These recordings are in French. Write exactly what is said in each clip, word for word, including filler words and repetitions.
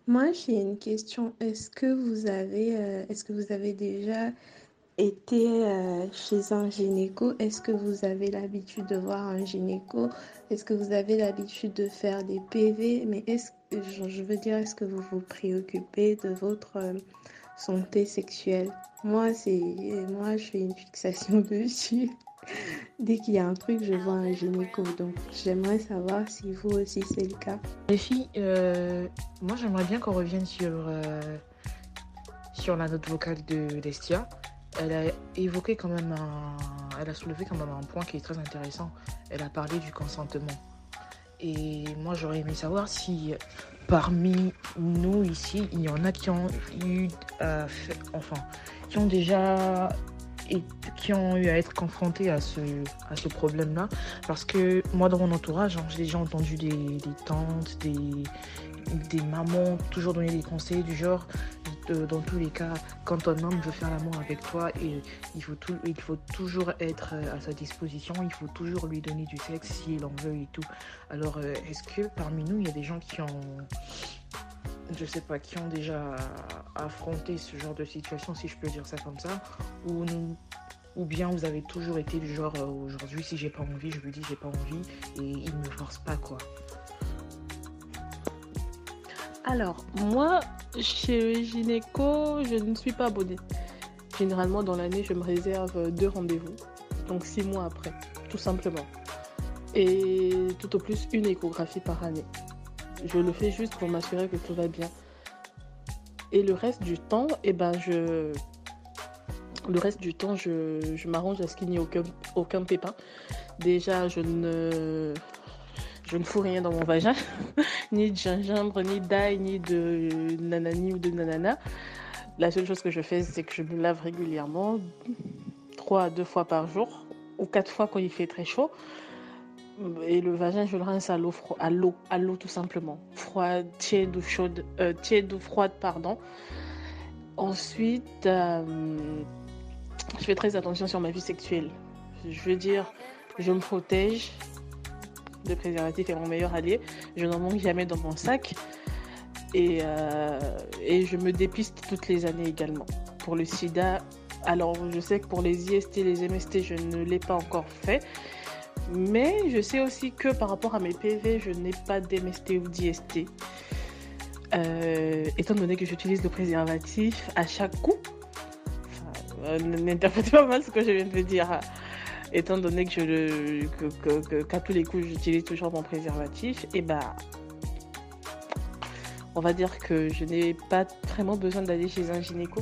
Moi, j'ai une question. Est-ce que vous avez, euh, est-ce que vous avez déjà été euh, chez un gynéco? Est-ce que vous avez l'habitude de voir un gynéco? Est-ce que vous avez l'habitude de faire des P V? Mais est-ce que, je je veux dire, est-ce que vous vous préoccupez de votre euh, santé sexuelle? Moi, c'est, moi, je fais une fixation dessus. Dès qu'il y a un truc, je vois un gynéco. Donc, j'aimerais savoir si vous aussi c'est le cas. Les filles, euh, moi j'aimerais bien qu'on revienne sur, euh, sur la note vocale de Lestia. Elle a évoqué quand même un... Elle a soulevé quand même un point qui est très intéressant. Elle a parlé du consentement. Et moi j'aurais aimé savoir si parmi nous ici, il y en a qui ont eu à faire... Enfin, qui ont déjà... Et qui ont eu à être confrontés à ce, à ce problème-là. Parce que moi, dans mon entourage, hein, j'ai déjà entendu des, des tantes, des, des mamans toujours donner des conseils du genre, de, dans tous les cas, quand un homme veut faire l'amour avec toi, et il, faut tout, il faut toujours être à sa disposition, il faut toujours lui donner du sexe s'il en veut et tout. Alors, euh, est-ce que parmi nous, il y a des gens qui ont, je sais pas, qui ont déjà affronté ce genre de situation, si je peux dire ça comme ça, ou nous, ou bien vous avez toujours été du genre, euh, aujourd'hui, si j'ai pas envie, je vous dis j'ai pas envie, et il ne me force pas, quoi. Alors, moi, chez le gynéco, je ne suis pas abonnée. Généralement, dans l'année, je me réserve deux rendez-vous, donc six mois après, tout simplement. Et tout au plus une échographie par année. Je le fais juste pour m'assurer que tout va bien. Et le reste du temps, eh ben, je... Le reste du temps, je, je m'arrange à ce qu'il n'y ait aucun, aucun pépin. Déjà, je ne, je ne fous rien dans mon vagin, ni de gingembre, ni d'ail, ni de nanani ou de nanana. La seule chose que je fais, c'est que je me lave régulièrement, trois à deux fois par jour, ou quatre fois quand il fait très chaud. Et le vagin, je le rince à l'eau, fro- à l'eau, à l'eau tout simplement. Froide, tiède ou chaude, euh, tiède ou froide, pardon. Ensuite, euh, je fais très attention sur ma vie sexuelle. Je veux dire, je me protège. Le préservatif est mon meilleur allié. Je n'en manque jamais dans mon sac. Et, euh, et je me dépiste toutes les années également. Pour le sida, alors je sais que pour les I S T, les M S T, je ne l'ai pas encore fait. Mais je sais aussi que par rapport à mes P V, je n'ai pas d'M S T ou d'I S T. Euh, étant donné que j'utilise le préservatif à chaque coup, enfin, n'interprétez pas mal ce que je viens de dire. Étant donné que je le, que, que, que, qu'à tous les coups j'utilise toujours mon préservatif, et bah, on va dire que je n'ai pas vraiment besoin d'aller chez un gynéco.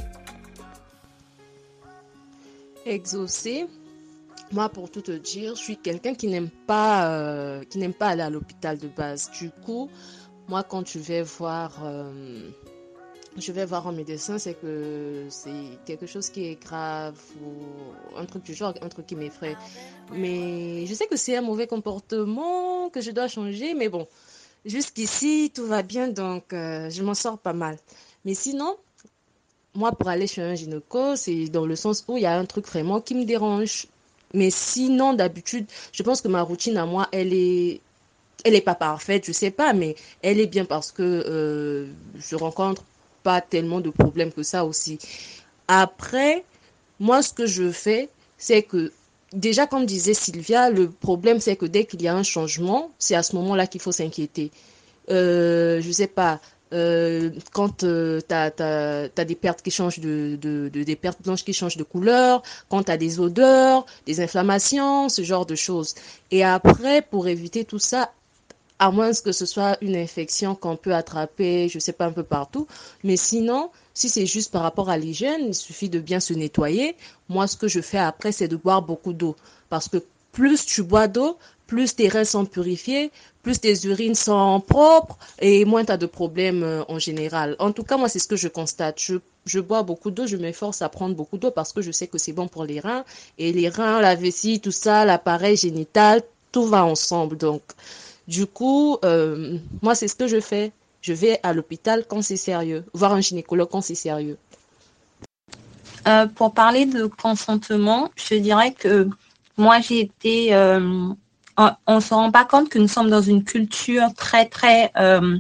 Exaucé. Moi, pour tout te dire, je suis quelqu'un qui n'aime pas, euh, qui n'aime pas aller à l'hôpital de base. Du coup, moi, quand je vais voir, euh, je vais voir un médecin, c'est que c'est quelque chose qui est grave ou un truc du genre, un truc qui m'effraie. Mais je sais que c'est un mauvais comportement que je dois changer, mais bon, jusqu'ici, tout va bien, donc euh, je m'en sors pas mal. Mais sinon, moi, pour aller chez un gynéco, c'est dans le sens où il y a un truc vraiment qui me dérange. Mais sinon, d'habitude, je pense que ma routine à moi, elle est, elle est pas parfaite, je sais pas, mais elle est bien parce que euh, je rencontre pas tellement de problèmes que ça aussi. Après, moi, ce que je fais, c'est que déjà, comme disait Sylvia, le problème, c'est que dès qu'il y a un changement, c'est à ce moment-là qu'il faut s'inquiéter. Euh, je sais pas, euh, quand euh, t'as, t'as, t'as des pertes qui changent de, de, de- des pertes blanches qui changent de couleur, quand t'as des odeurs, des inflammations, ce genre de choses. Et après, pour éviter tout ça, à moins que ce soit une infection qu'on peut attraper, je sais pas, un peu partout, mais sinon, si c'est juste par rapport à l'hygiène, il suffit de bien se nettoyer. Moi, ce que je fais après, c'est de boire beaucoup d'eau. Parce que plus tu bois d'eau, plus tes reins sont purifiés, plus tes urines sont propres et moins tu as de problèmes euh, en général. En tout cas, moi, c'est ce que je constate. Je, je bois beaucoup d'eau, je m'efforce à prendre beaucoup d'eau parce que je sais que c'est bon pour les reins. Et les reins, la vessie, tout ça, l'appareil génital, tout va ensemble. Donc, du coup, euh, moi, c'est ce que je fais. Je vais à l'hôpital quand c'est sérieux, voir un gynécologue quand c'est sérieux. Euh, pour parler de consentement, je dirais que moi j'ai été, euh, on, on se rend pas compte que nous sommes dans une culture très très euh,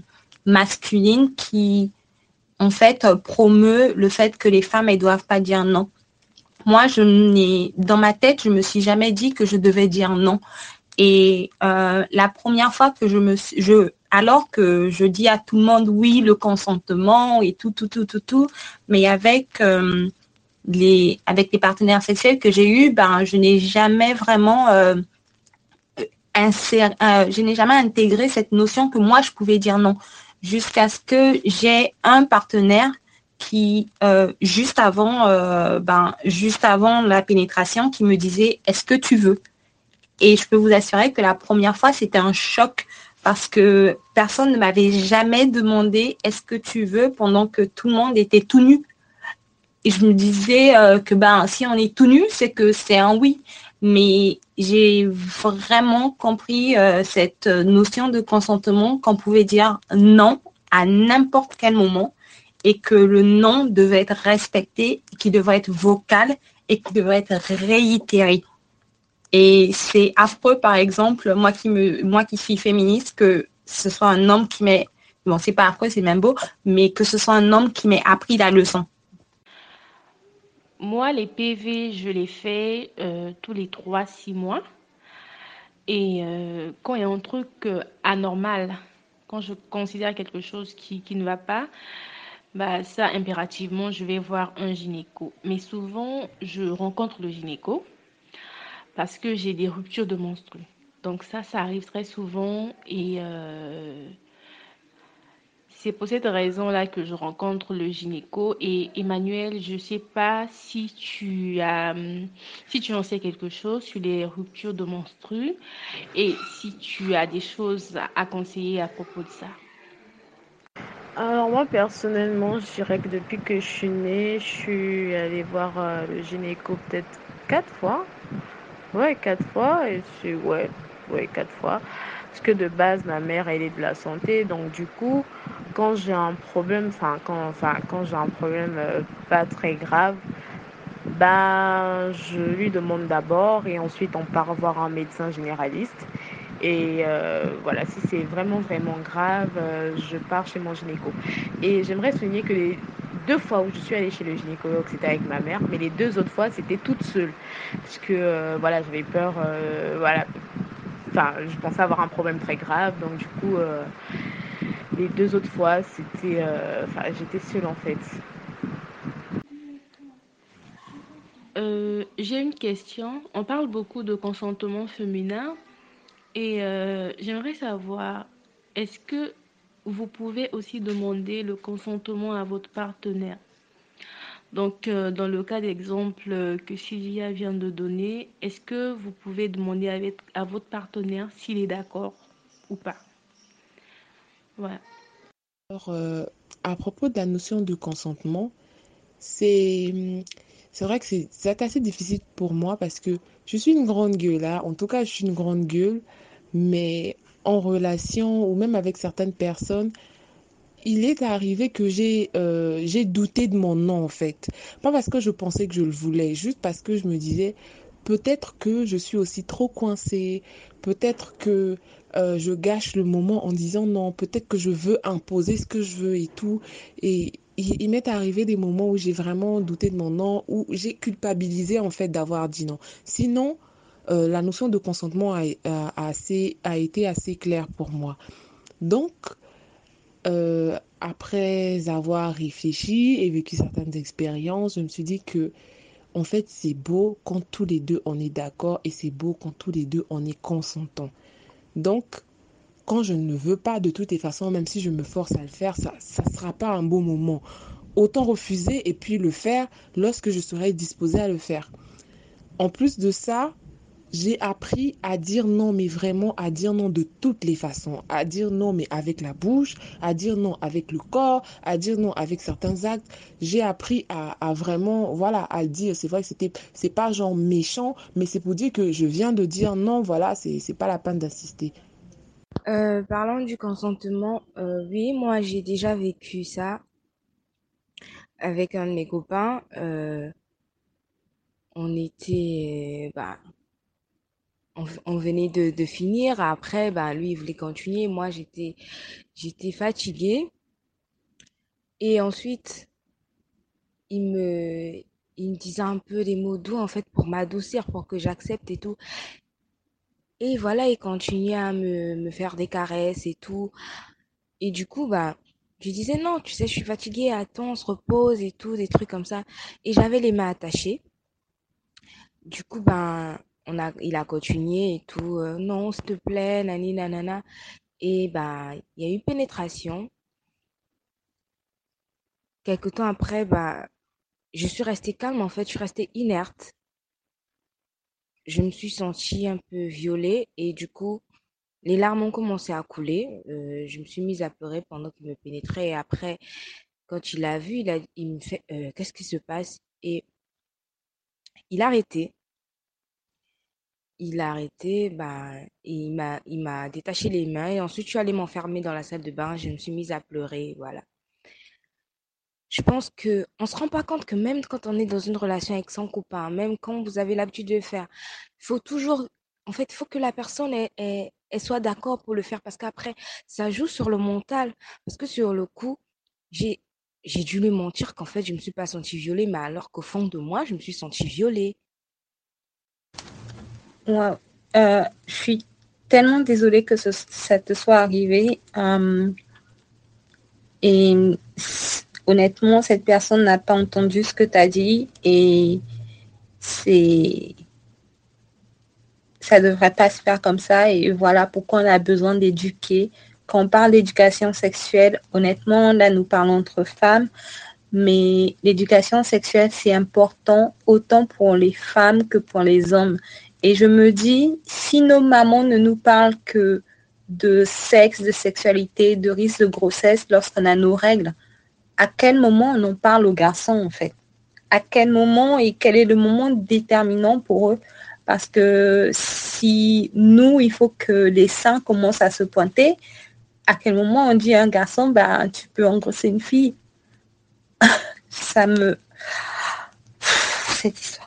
masculine qui, en fait, promeut le fait que les femmes, elles doivent pas dire non. Moi, je n'ai, dans ma tête, je me suis jamais dit que je devais dire non. Et euh, la première fois que je me suis, je, alors que je dis à tout le monde oui, le consentement et tout, tout, tout, tout, tout, mais avec euh, les, avec les partenaires sexuels que j'ai eus, ben, je n'ai jamais vraiment euh, inséré, euh, je n'ai jamais intégré cette notion que moi je pouvais dire non, jusqu'à ce que j'ai un partenaire qui euh, juste avant, euh, ben, juste avant la pénétration, qui me disait est-ce que tu veux? Et je peux vous assurer que la première fois, c'était un choc parce que personne ne m'avait jamais demandé est-ce que tu veux pendant que tout le monde était tout nu. Et je me disais euh, que ben si on est tout nu, c'est que c'est un oui. Mais j'ai vraiment compris euh, cette notion de consentement qu'on pouvait dire non à n'importe quel moment et que le non devait être respecté, qu'il devait être vocal et qu'il devait être réitéré. Et c'est affreux, par exemple, moi qui me, moi qui suis féministe, que ce soit un homme qui m'ait, bon, c'est pas affreux, c'est même beau, mais que ce soit un homme qui m'ait appris la leçon. Moi, les P V, je les fais euh, tous les trois six mois. Et euh, quand il y a un truc euh, anormal, quand je considère quelque chose qui, qui ne va pas, bah ça, impérativement, je vais voir un gynéco. Mais souvent, je rencontre le gynéco parce que j'ai des ruptures de menstrues. Donc ça, ça arrive très souvent et euh, c'est pour cette raison-là que je rencontre le gynéco. Et Emmanuel, je ne sais pas si tu as, hum, si tu en sais quelque chose sur les ruptures de menstrues et si tu as des choses à conseiller à propos de ça. Alors moi personnellement, je dirais que depuis que je suis née, je suis allée voir euh, le gynéco peut-être quatre fois. Ouais, quatre fois. Et je ouais, ouais, quatre fois. Parce que de base, ma mère, elle est de la santé, donc du coup, quand j'ai un problème, enfin quand, enfin quand j'ai un problème euh, pas très grave, ben je lui demande d'abord et ensuite on part voir un médecin généraliste. Et euh, voilà, si c'est vraiment, vraiment grave, euh, je pars chez mon gynéco. Et j'aimerais souligner que les deux fois où je suis allée chez le gynécologue, c'était avec ma mère, mais les deux autres fois, c'était toute seule. Parce que, euh, voilà, j'avais peur, euh, voilà, enfin, je pensais avoir un problème très grave. Donc, du coup, euh, les deux autres fois, c'était, euh, enfin, j'étais seule en fait. Euh, j'ai une question. On parle beaucoup de consentement féminin et euh, j'aimerais savoir, est-ce que vous pouvez aussi demander le consentement à votre partenaire? Donc, euh, dans le cas d'exemple euh, que Sylvia vient de donner, est-ce que vous pouvez demander avec, à votre partenaire s'il est d'accord ou pas? Voilà. Alors, euh, à propos de la notion de consentement, c'est c'est vrai que c'est c'est assez difficile pour moi parce que je suis une grande gueule là. En tout cas, je suis une grande gueule, mais en relation ou même avec certaines personnes, il est arrivé que j'ai euh, j'ai douté de mon nom en fait. Pas parce que je pensais que je le voulais, juste parce que je me disais peut-être que je suis aussi trop coincée, peut-être que euh, je gâche le moment en disant non, peut-être que je veux imposer ce que je veux et tout. Et il, il m'est arrivé des moments où j'ai vraiment douté de mon nom, où j'ai culpabilisé en fait d'avoir dit non. Sinon, euh, la notion de consentement a, a, assez, a été assez claire pour moi. Donc, euh, après avoir réfléchi et vécu certaines expériences, je me suis dit que, en fait, c'est beau quand tous les deux on est d'accord et c'est beau quand tous les deux on est consentants. Donc, quand je ne veux pas de toutes les façons, même si je me force à le faire, ça ne sera pas un beau moment. Autant refuser et puis le faire lorsque je serai disposée à le faire. En plus de ça, j'ai appris à dire non, mais vraiment à dire non de toutes les façons. À dire non, mais avec la bouche, à dire non avec le corps, à dire non avec certains actes. J'ai appris à, à vraiment, voilà, à le dire. C'est vrai que c'était, c'est pas genre méchant, mais c'est pour dire que je viens de dire non, voilà, c'est, c'est pas la peine d'insister. Euh, parlant du consentement, euh, oui, moi j'ai déjà vécu ça avec un de mes copains. Euh, on était, bah, on, on venait de, de finir. Après, ben, lui, il voulait continuer. Moi, j'étais, j'étais fatiguée. Et ensuite, il me, il me disait un peu des mots doux, en fait, pour m'adoucir, pour que j'accepte et tout. Et voilà, il continuait à me, me faire des caresses et tout. Et du coup, bah, je disais non, tu sais, je suis fatiguée, attends, on se repose et tout, des trucs comme ça. Et j'avais les mains attachées. Du coup, ben, on a, il a continué et tout. euh, non, s'il te plaît, nani, nanana. Et bah, il y a eu pénétration. Quelque temps après, bah, je suis restée calme, en fait, je suis restée inerte. Je me suis sentie un peu violée et du coup, les larmes ont commencé à couler. Euh, je me suis mise à pleurer pendant qu'il me pénétrait et après, quand il a vu, il a, il me fait, euh, qu'est-ce qui se passe? Et il a arrêté. Il a arrêté, bah, et il m'a, il m'a détaché les mains et ensuite je suis allée m'enfermer dans la salle de bain. Je me suis mise à pleurer, voilà. Je pense que on se rend pas compte que même quand on est dans une relation avec son copain, même quand vous avez l'habitude de le faire, il faut toujours, en fait, il faut que la personne elle, elle- elle soit d'accord pour le faire parce qu'après, ça joue sur le mental. Parce que sur le coup, j'ai, j'ai dû lui mentir qu'en fait, je me suis pas sentie violée, mais alors qu'au fond de moi, je me suis sentie violée. Ouais. Euh, je suis tellement désolée que ce- ça te soit arrivé. Euh, et s- honnêtement, cette personne n'a pas entendu ce que tu as dit et c'est ça ne devrait pas se faire comme ça. Et voilà pourquoi on a besoin d'éduquer. Quand on parle d'éducation sexuelle, honnêtement, là, nous parlons entre femmes, mais l'éducation sexuelle, c'est important autant pour les femmes que pour les hommes. Et je me dis, si nos mamans ne nous parlent que de sexe, de sexualité, de risque de grossesse lorsqu'on a nos règles, à quel moment on en parle aux garçons, en fait? À quel moment et quel est le moment déterminant pour eux? Parce que si nous, il faut que les seins commencent à se pointer, à quel moment on dit à un garçon, bah, tu peux engrosser une fille? Ça me... Cette histoire.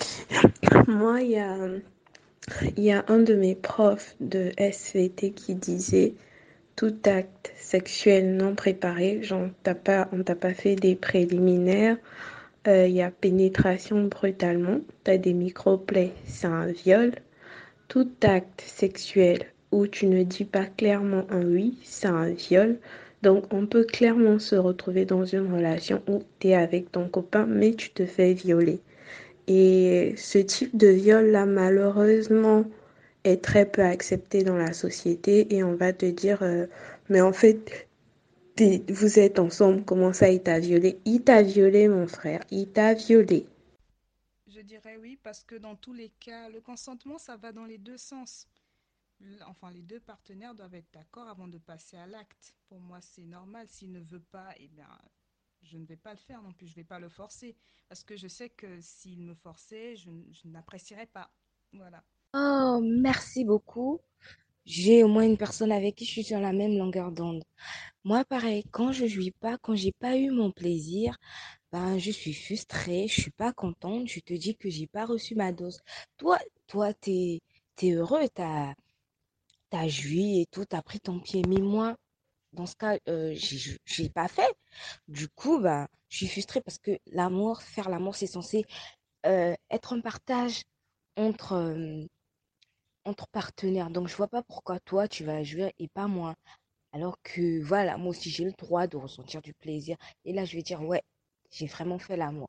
Moi, il y a, il y a un de mes profs de S V T qui disait tout acte sexuel non préparé, genre t'as pas, on t'a pas fait des préliminaires, euh, il y a pénétration brutalement, t'as des microplaies, c'est un viol. Tout acte sexuel où tu ne dis pas clairement un oui, c'est un viol. Donc on peut clairement se retrouver dans une relation où tu es avec ton copain mais tu te fais violer. Et ce type de viol-là, malheureusement, est très peu accepté dans la société et on va te dire, euh, mais en fait, t'es- vous êtes ensemble, comment ça il t'a violé? Il t'a violé, mon frère, il t'a violé. Je dirais oui, parce que dans tous les cas, le consentement, ça va dans les deux sens. L- Enfin, les deux partenaires doivent être d'accord avant de passer à l'acte. Pour moi, c'est normal. S'il ne veut pas, eh bien, je ne vais pas le faire non plus. Je ne vais pas le forcer. Parce que je sais que s'il me forçait, je, n- je n'apprécierais pas. Voilà. Oh, merci beaucoup. J'ai au moins une personne avec qui je suis sur la même longueur d'onde. Moi, pareil, quand je jouis pas, quand j'ai pas eu mon plaisir, ben, je suis frustrée, je suis pas contente, je te dis que j'ai pas reçu ma dose. Toi, toi, t'es, t'es heureux, t'as, t'as joui et tout, t'as pris ton pied. Mais moi, dans ce cas, euh, j'ai, j'ai pas fait. Du coup, ben, je suis frustrée parce que l'amour, faire l'amour, c'est censé euh, être un partage entre, euh, entre partenaires. Donc, je vois pas pourquoi toi, tu vas jouir et pas moi. Alors que, voilà, moi aussi, j'ai le droit de ressentir du plaisir. Et là, je vais dire, ouais, j'ai vraiment fait l'amour.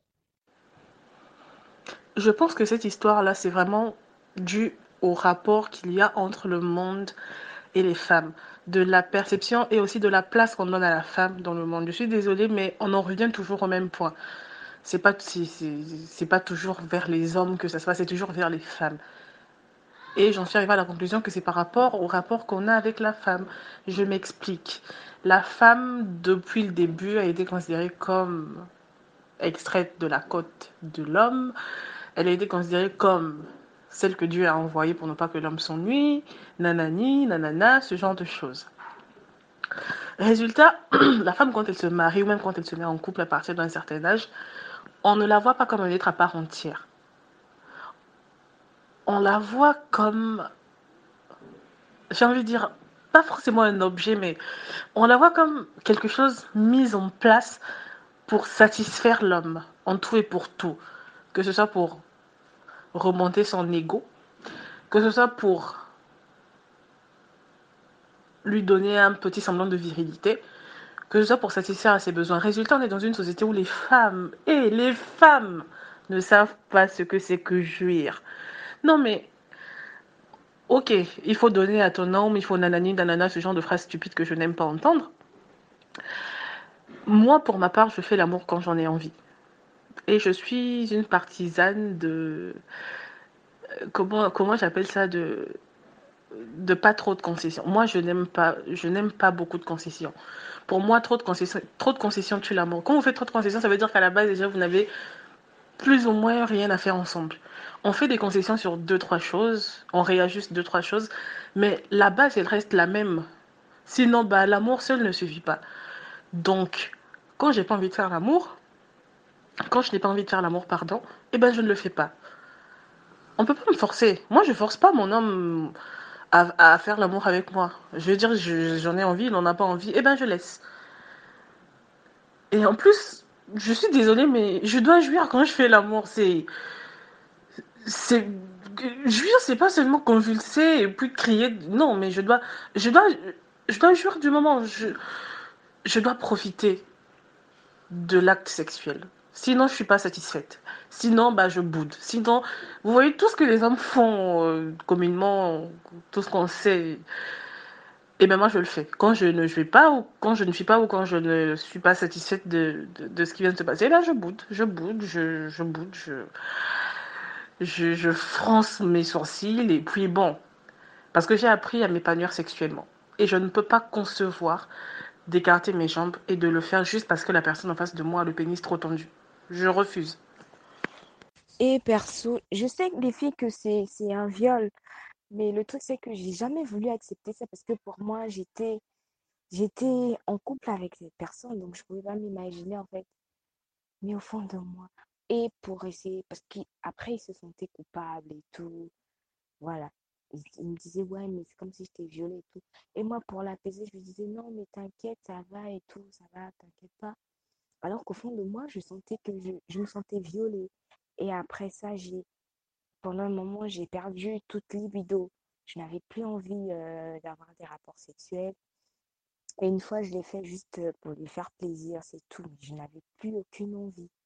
Je pense que cette histoire-là, c'est vraiment dû au rapport qu'il y a entre le monde et les femmes, de la perception et aussi de la place qu'on donne à la femme dans le monde. Je suis désolée, mais on en revient toujours au même point. C'est pas, c'est, c'est, c'est pas toujours vers les hommes que ça se passe, c'est toujours vers les femmes. Et j'en suis arrivée à la conclusion que c'est par rapport au rapport qu'on a avec la femme. Je m'explique. La femme, depuis le début, a été considérée comme extraite de la côte de l'homme. Elle a été considérée comme celle que Dieu a envoyée pour ne pas que l'homme s'ennuie, nanani, nanana, ce genre de choses. Résultat, la femme, quand elle se marie ou même quand elle se met en couple à partir d'un certain âge, on ne la voit pas comme un être à part entière. on la voit comme, j'ai envie de dire, pas forcément un objet, mais on la voit comme quelque chose mis en place pour satisfaire l'homme, en tout et pour tout. Que ce soit pour remonter son ego, que ce soit pour lui donner un petit semblant de virilité, que ce soit pour satisfaire à ses besoins. Résultat, on est dans une société où les femmes, et les femmes, ne savent pas ce que c'est que jouir. Non mais, ok, il faut donner à ton homme, il faut nanani, nanana, ce genre de phrases stupides que je n'aime pas entendre. Moi, pour ma part, je fais l'amour quand j'en ai envie. Et je suis une partisane de... Comment, comment j'appelle ça de... de pas trop de concessions. Moi, je n'aime pas, je n'aime pas beaucoup de concessions. Pour moi, trop de concessions, trop de concessions tue l'amour. Quand vous faites trop de concessions, ça veut dire qu'à la base, déjà, vous n'avez plus ou moins rien à faire ensemble. On fait des concessions sur deux, trois choses, on réajuste deux, trois choses, mais la base, elle reste la même. Sinon, bah, l'amour seul ne suffit pas. Donc, quand j'ai pas envie de faire l'amour, quand je n'ai pas envie de faire l'amour, pardon, eh ben, je ne le fais pas. On peut pas me forcer. Moi, je force pas mon homme à, à faire l'amour avec moi. Je veux dire, je- j'en ai envie, il n'en a pas envie, eh ben, je laisse. Et en plus, je suis désolée, mais je dois jouir quand je fais l'amour. C'est, c'est, jouir, c'est pas seulement convulser et puis crier. Non, mais je dois, je dois, je dois jouir du moment. Je, je dois profiter de l'acte sexuel. Sinon, je suis pas satisfaite. Sinon, bah, je boude. Sinon, vous voyez tout ce que les hommes font euh, communément, tout ce qu'on sait. Et ben moi, je le fais. Quand je ne vais pas, ou quand je ne suis pas, ou quand je ne suis pas satisfaite de, de, de ce qui vient de se passer, là, je boude. Je boude, je, je boude, je, je, je fronce mes sourcils. Et puis bon, parce que j'ai appris à m'épanouir sexuellement. Et je ne peux pas concevoir d'écarter mes jambes et de le faire juste parce que la personne en face de moi a le pénis trop tendu. Je refuse. Et perso, je sais que les filles que c'est c'est un viol, mais le truc c'est que j'ai jamais voulu accepter ça parce que pour moi j'étais j'étais en couple avec cette personne donc je pouvais pas m'imaginer en fait, mais au fond de moi. Et pour essayer, parce qu'après ils se sentaient coupables et tout, voilà. Ils, ils me disaient ouais mais c'est comme si je t'ai violée et tout. Et moi pour l'apaiser je lui disais non mais t'inquiète ça va et tout, ça va, t'inquiète pas. Alors qu'au fond de moi je sentais que je, je me sentais violée. Et après ça j'ai pendant un moment, j'ai perdu toute libido. Je n'avais plus envie euh, d'avoir des rapports sexuels. Et une fois, je l'ai fait juste euh, pour lui faire plaisir, c'est tout. Mais je n'avais plus aucune envie.